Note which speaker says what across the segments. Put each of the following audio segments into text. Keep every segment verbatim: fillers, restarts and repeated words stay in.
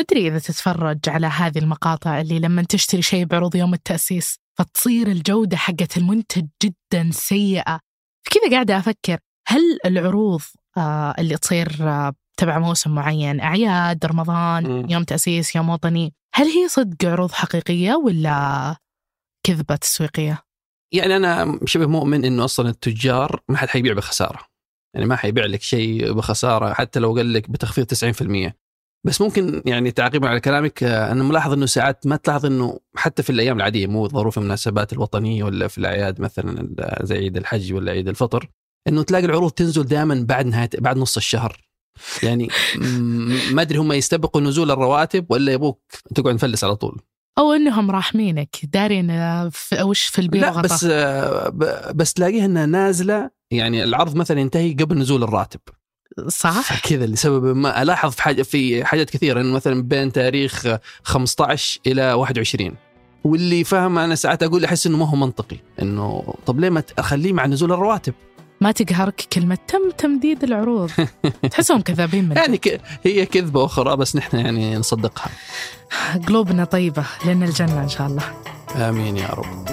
Speaker 1: مدري إذا تتفرج على هذه المقاطع اللي لما تشتري شيء بعروض يوم التأسيس فتصير الجودة حقة المنتج جدا سيئة. كذا قاعدة أفكر، هل العروض آه اللي تصير آه تبع موسم معين، أعياد، رمضان، م. يوم تأسيس، يوم وطني، هل هي صدق عروض حقيقية ولا كذبة تسويقية؟
Speaker 2: يعني أنا شبه مؤمن إنه أصلا التجار ما حد حيبيع بخسارة، يعني ما حيبيع لك شيء بخسارة حتى لو قال لك بتخفيض تسعين بالمئة. بس ممكن يعني تعقيبا على كلامك، أنا ملاحظ إنه ساعات ما تلاحظ إنه حتى في الأيام العادية، مو ظروف المناسبات الوطنية ولا في الأعياد مثلا زي عيد الحج ولا عيد الفطر، إنه تلاقي العروض تنزل دائما بعد نهاية بعد نص الشهر. يعني ما أدري هم يستبقوا نزول الرواتب ولا يبوك تقعد نفلس على طول،
Speaker 1: أو إنهم راحمينك دارين في أوش في البيت.
Speaker 2: لا بس بس تلاقيها إنها نازلة، يعني العرض مثلا ينتهي قبل نزول الراتب.
Speaker 1: صح
Speaker 2: كذا لسبب ما ألاحظ في حاجة في حاجات كثيرة، إنه مثلا بين تاريخ خمسة عشر إلى واحد وعشرين، واللي فهم أنا ساعات أقول أحس إنه ما هو منطقي، إنه طب ليه ما أخليه مع نزول الرواتب؟
Speaker 1: ما تقهرك كلمة تم تمديد العروض؟ تحسهم كذابين من
Speaker 2: يعني ك... هي كذبة أخرى بس نحن يعني نصدقها.
Speaker 1: قلوبنا طيبة لنا الجنة إن شاء الله.
Speaker 2: آمين يا رب.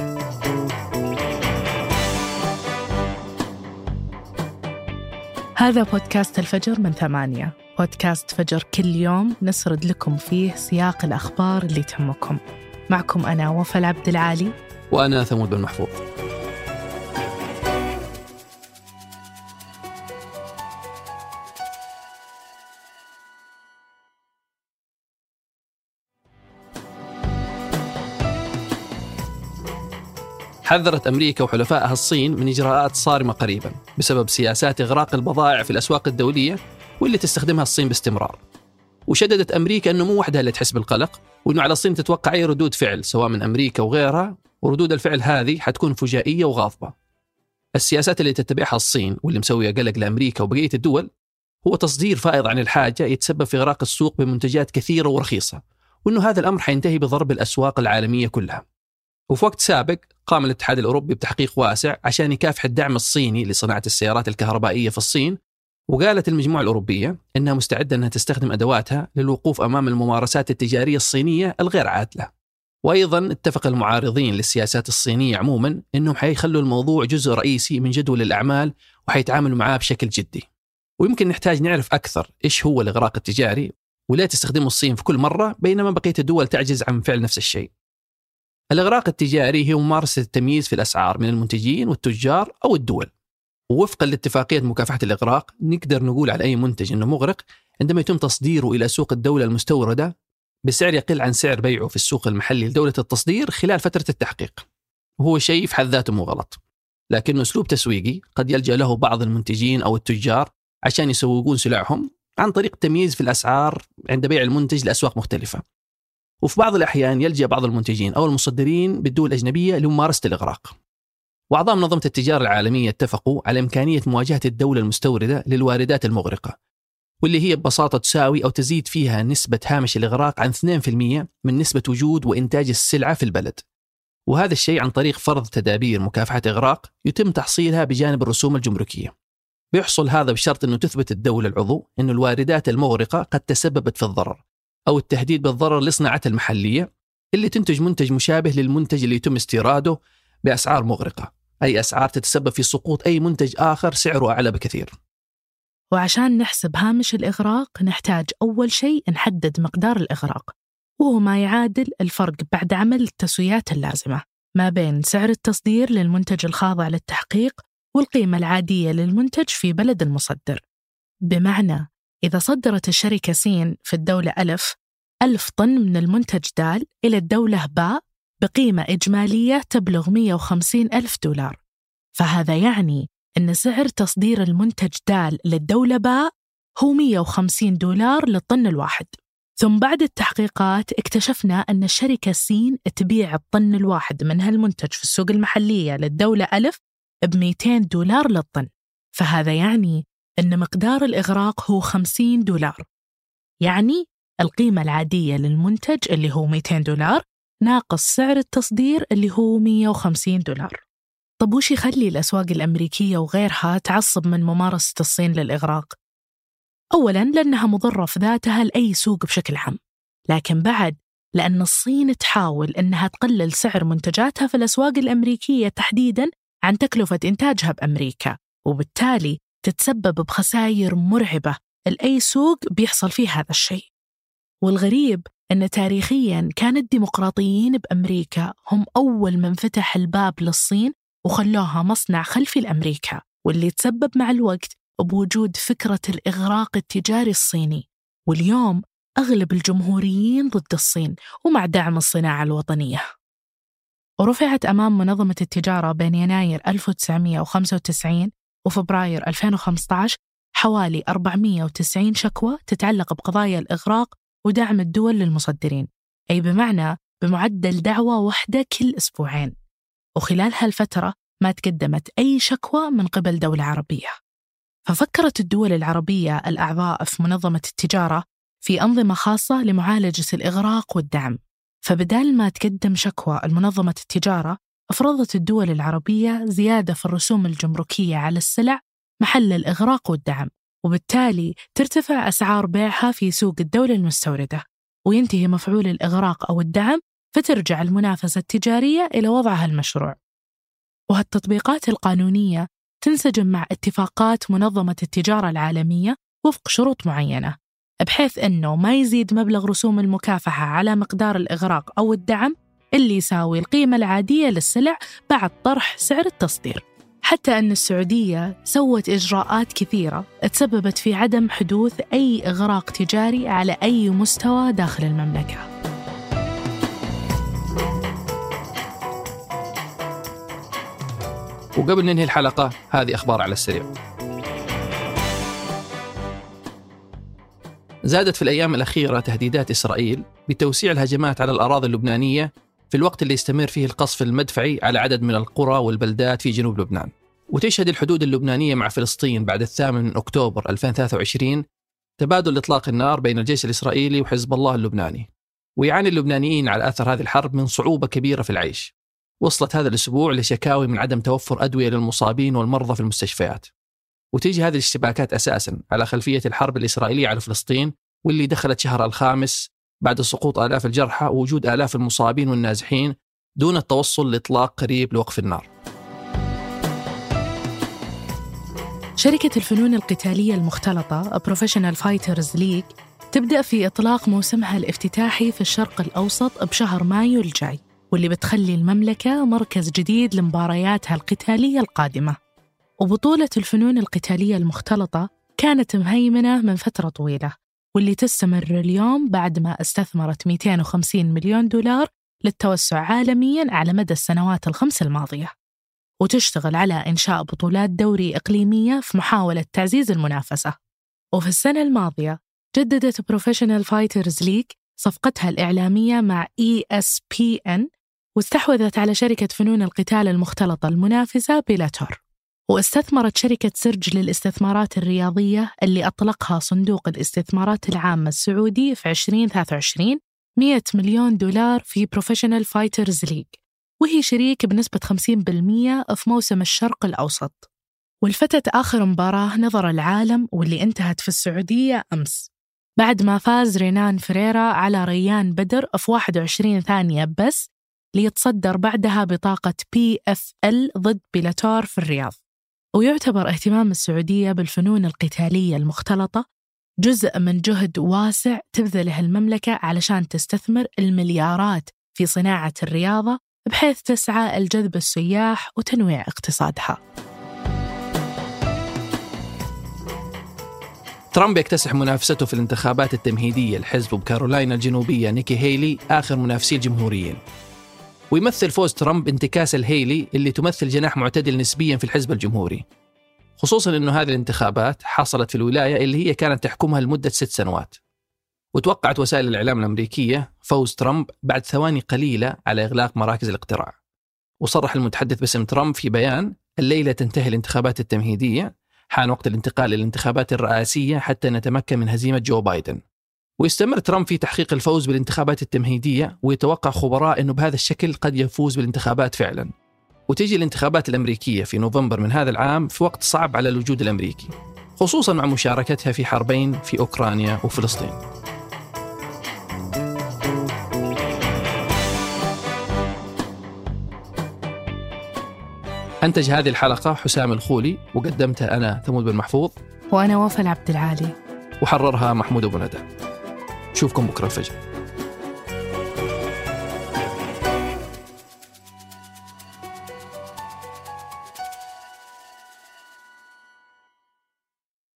Speaker 1: هذا بودكاست الفجر من ثمانية، بودكاست فجر كل يوم نسرد لكم فيه سياق الأخبار اللي تهمكم. معكم أنا وفاء عبد العالي،
Speaker 2: وأنا ثمود بن محفوظ. حذرت أمريكا وحلفائها الصين من إجراءات صارمة قريبا بسبب سياسات إغراق البضائع في الأسواق الدولية واللي تستخدمها الصين باستمرار. وشددت أمريكا أنه مو وحدها اللي تحس بالقلق، وأنه على الصين تتوقع أي ردود فعل سواء من أمريكا وغيرها، وردود الفعل هذه حتكون فجائية وغاضبة. السياسات اللي تتبعها الصين واللي مسوية قلق لأمريكا وبقية الدول هو تصدير فائض عن الحاجة يتسبب في إغراق السوق بمنتجات كثيرة ورخيصة، وأنه هذا الأمر حينتهي بضرب الأسواق العالمية كلها. وفي وقت سابق قام الاتحاد الأوروبي بتحقيق واسع عشان يكافح الدعم الصيني لصناعة السيارات الكهربائية في الصين، وقالت المجموعة الأوروبية أنها مستعدة أنها تستخدم أدواتها للوقوف أمام الممارسات التجارية الصينية الغير عادلة. وأيضا اتفق المعارضين للسياسات الصينية عموما أنهم حيخلوا الموضوع جزء رئيسي من جدول الأعمال وحيتعاملوا معاه بشكل جدي. ويمكن نحتاج نعرف أكثر إيش هو الإغراق التجاري ولا تستخدمه الصين في كل مرة بينما بقية الدول تعجز عن فعل نفس الشيء. الإغراق التجاري هي ممارسة التمييز في الأسعار من المنتجين والتجار أو الدول. ووفقا لاتفاقية مكافحة الإغراق نقدر نقول على أي منتج أنه مغرق عندما يتم تصديره إلى سوق الدولة المستوردة بسعر يقل عن سعر بيعه في السوق المحلي لدولة التصدير خلال فترة التحقيق. وهو شيء في حد ذاته مو غلط، لكنه أسلوب تسويقي قد يلجأ له بعض المنتجين أو التجار عشان يسوقون سلعهم عن طريق تمييز في الأسعار عند بيع المنتج لأسواق مختلفة. وفي بعض الأحيان يلجأ بعض المنتجين أو المصدرين بالدول الأجنبية لممارسة الإغراق. وأعضاء منظمة التجارة العالمية اتفقوا على إمكانية مواجهة الدولة المستوردة للواردات المغرقة، واللي هي ببساطة تساوي أو تزيد فيها نسبة هامش الإغراق عن اثنين بالمئة من نسبة وجود وإنتاج السلعة في البلد. وهذا الشيء عن طريق فرض تدابير مكافحة إغراق يتم تحصيلها بجانب الرسوم الجمركية. بيحصل هذا بشرط أنه تثبت الدولة العضو أن الواردات المغرقة قد تسببت في الضرر أو التهديد بالضرر لصناعة المحلية اللي تنتج منتج مشابه للمنتج اللي يتم استيراده بأسعار مغرقة، أي أسعار تتسبب في سقوط أي منتج آخر سعره أعلى بكثير.
Speaker 1: وعشان نحسب هامش الإغراق نحتاج أول شيء نحدد مقدار الإغراق، وهو ما يعادل الفرق بعد عمل التسويات اللازمة ما بين سعر التصدير للمنتج الخاضع للتحقيق والقيمة العادية للمنتج في بلد المصدر. بمعنى إذا صدرت الشركة سين في الدولة ألف ألف طن من المنتج دال إلى الدولة باء بقيمة إجمالية تبلغ مئة وخمسين ألف دولار، فهذا يعني أن سعر تصدير المنتج دال للدولة باء هو مئة وخمسين دولار للطن الواحد. ثم بعد التحقيقات اكتشفنا أن الشركة سين تبيع الطن الواحد من هالمنتج في السوق المحلية للدولة ألف بمئتين دولار للطن، فهذا يعني أن مقدار الإغراق هو خمسين دولار. يعني القيمة العادية للمنتج اللي هو مئتين دولار ناقص سعر التصدير اللي هو مئة وخمسين دولار. طب وش يخلي الأسواق الأمريكية وغيرها تعصب من ممارسة الصين للإغراق؟ أولاً لأنها مضرة في ذاتها لأي سوق بشكل عام، لكن بعد لأن الصين تحاول أنها تقلل سعر منتجاتها في الأسواق الأمريكية تحديداً عن تكلفة إنتاجها بأمريكا، وبالتالي تتسبب بخسائر مرعبة لأي سوق بيحصل فيه هذا الشيء. والغريب أن تاريخياً كان الديمقراطيين بأمريكا هم أول من فتح الباب للصين وخلوها مصنع خلفي لأمريكا، واللي تسبب مع الوقت بوجود فكرة الإغراق التجاري الصيني. واليوم أغلب الجمهوريين ضد الصين ومع دعم الصناعة الوطنية. ورفعت أمام منظمة التجارة بين يناير ألف وتسعمائة وخمسة وتسعين وفبراير ألفين وخمسة عشر حوالي أربعمائة وتسعين شكوى تتعلق بقضايا الإغراق ودعم الدول للمصدرين، أي بمعنى بمعدل دعوة واحدة كل أسبوعين. وخلال هالفترة ما تقدمت أي شكوى من قبل دولة عربية. ففكرت الدول العربية الأعضاء في منظمة التجارة في أنظمة خاصة لمعالجة الإغراق والدعم. فبدال ما تقدم شكوى المنظمة التجارة، أفرضت الدول العربية زيادة في الرسوم الجمركية على السلع محل الإغراق والدعم، وبالتالي ترتفع أسعار بيعها في سوق الدولة المستوردة، وينتهي مفعول الإغراق أو الدعم، فترجع المنافسة التجارية إلى وضعها المشروع. وهالتطبيقات القانونية تنسجم مع اتفاقات منظمة التجارة العالمية وفق شروط معينة، بحيث أنه ما يزيد مبلغ رسوم المكافحة على مقدار الإغراق أو الدعم اللي يساوي القيمة العادية للسلع بعد طرح سعر التصدير. حتى أن السعودية سوت إجراءات كثيرة تسببت في عدم حدوث أي إغراق تجاري على أي مستوى داخل المملكة.
Speaker 2: وقبل ننهي الحلقة، هذه أخبار على السريع. زادت في الأيام الأخيرة تهديدات إسرائيل بتوسيع الهجمات على الأراضي اللبنانية في الوقت اللي يستمر فيه القصف المدفعي على عدد من القرى والبلدات في جنوب لبنان. وتشهد الحدود اللبنانية مع فلسطين بعد الثامن من أكتوبر ألفين وثلاثة وعشرين تبادل إطلاق النار بين الجيش الإسرائيلي وحزب الله اللبناني. ويعاني اللبنانيين على أثر هذه الحرب من صعوبة كبيرة في العيش. وصلت هذا الأسبوع لشكاوي من عدم توفر أدوية للمصابين والمرضى في المستشفيات. وتيجي هذه الاشتباكات أساساً على خلفية الحرب الإسرائيلية على فلسطين، واللي دخلت شهر الخامس بعد سقوط آلاف الجرحى ووجود آلاف المصابين والنازحين دون التوصل لإطلاق قريب لوقف النار.
Speaker 1: شركة الفنون القتالية المختلطة Professional Fighters League تبدأ في إطلاق موسمها الافتتاحي في الشرق الأوسط بشهر مايو الجاي، واللي بتخلي المملكة مركز جديد لمبارياتها القتالية القادمة. وبطولة الفنون القتالية المختلطة كانت مهيمنة من فترة طويلة، واللي تستمر اليوم بعد ما استثمرت مئتين وخمسين مليون دولار للتوسع عالمياً على مدى السنوات الخمس الماضية. وتشتغل على إنشاء بطولات دوري إقليمية في محاولة تعزيز المنافسة. وفي السنة الماضية جددت Professional Fighters League صفقتها الإعلامية مع إي إس بي إن، واستحوذت على شركة فنون القتال المختلطة المنافسة بيلاتور. واستثمرت شركة سرج للاستثمارات الرياضية اللي أطلقها صندوق الاستثمارات العامة السعودي في عشرين ثلاثة وعشرين مئة مليون دولار في Professional Fighters League، وهي شريك بنسبة خمسين بالمئة في موسم الشرق الأوسط. والفتت آخر مباراة نظر العالم واللي انتهت في السعودية أمس، بعد ما فاز رينان فريرا على ريان بدر في واحد وعشرين ثانية بس، ليتصدر بعدها بطاقة بي إف إل ضد بيلاتور في الرياض. ويعتبر اهتمام السعودية بالفنون القتالية المختلطة جزء من جهد واسع تبذله المملكة علشان تستثمر المليارات في صناعة الرياضة، بحيث تسعى الجذب السياح وتنويع اقتصادها.
Speaker 2: ترامب يكتسح منافسته في الانتخابات التمهيدية لحزبه بكارولاينا الجنوبية نيكي هيلي آخر منافسي الجمهوريين. ويمثل فوز ترامب انتكاس الهيلي اللي تمثل جناح معتدل نسبيا في الحزب الجمهوري، خصوصا أنه هذه الانتخابات حصلت في الولاية اللي هي كانت تحكمها لمدة ست سنوات. وتوقعت وسائل الإعلام الأمريكية فوز ترامب بعد ثواني قليلة على إغلاق مراكز الاقتراع. وصرح المتحدث باسم ترامب في بيان: الليلة تنتهي الانتخابات التمهيدية، حان وقت الانتقال للانتخابات الرئاسية حتى نتمكن من هزيمة جو بايدن. ويستمر ترامب في تحقيق الفوز بالانتخابات التمهيدية، ويتوقع خبراء أنه بهذا الشكل قد يفوز بالانتخابات فعلا. وتيجي الانتخابات الأمريكية في نوفمبر من هذا العام في وقت صعب على الوجود الأمريكي، خصوصا مع مشاركتها في حربين في أوكرانيا وفلسطين. أنتج هذه الحلقة حسام الخولي، وقدمتها أنا ثمود بن محفوظ،
Speaker 1: وأنا وفاء العبد العالي،
Speaker 2: وحررها محمود أبو ندى. نشوفكم بكرة الفجر.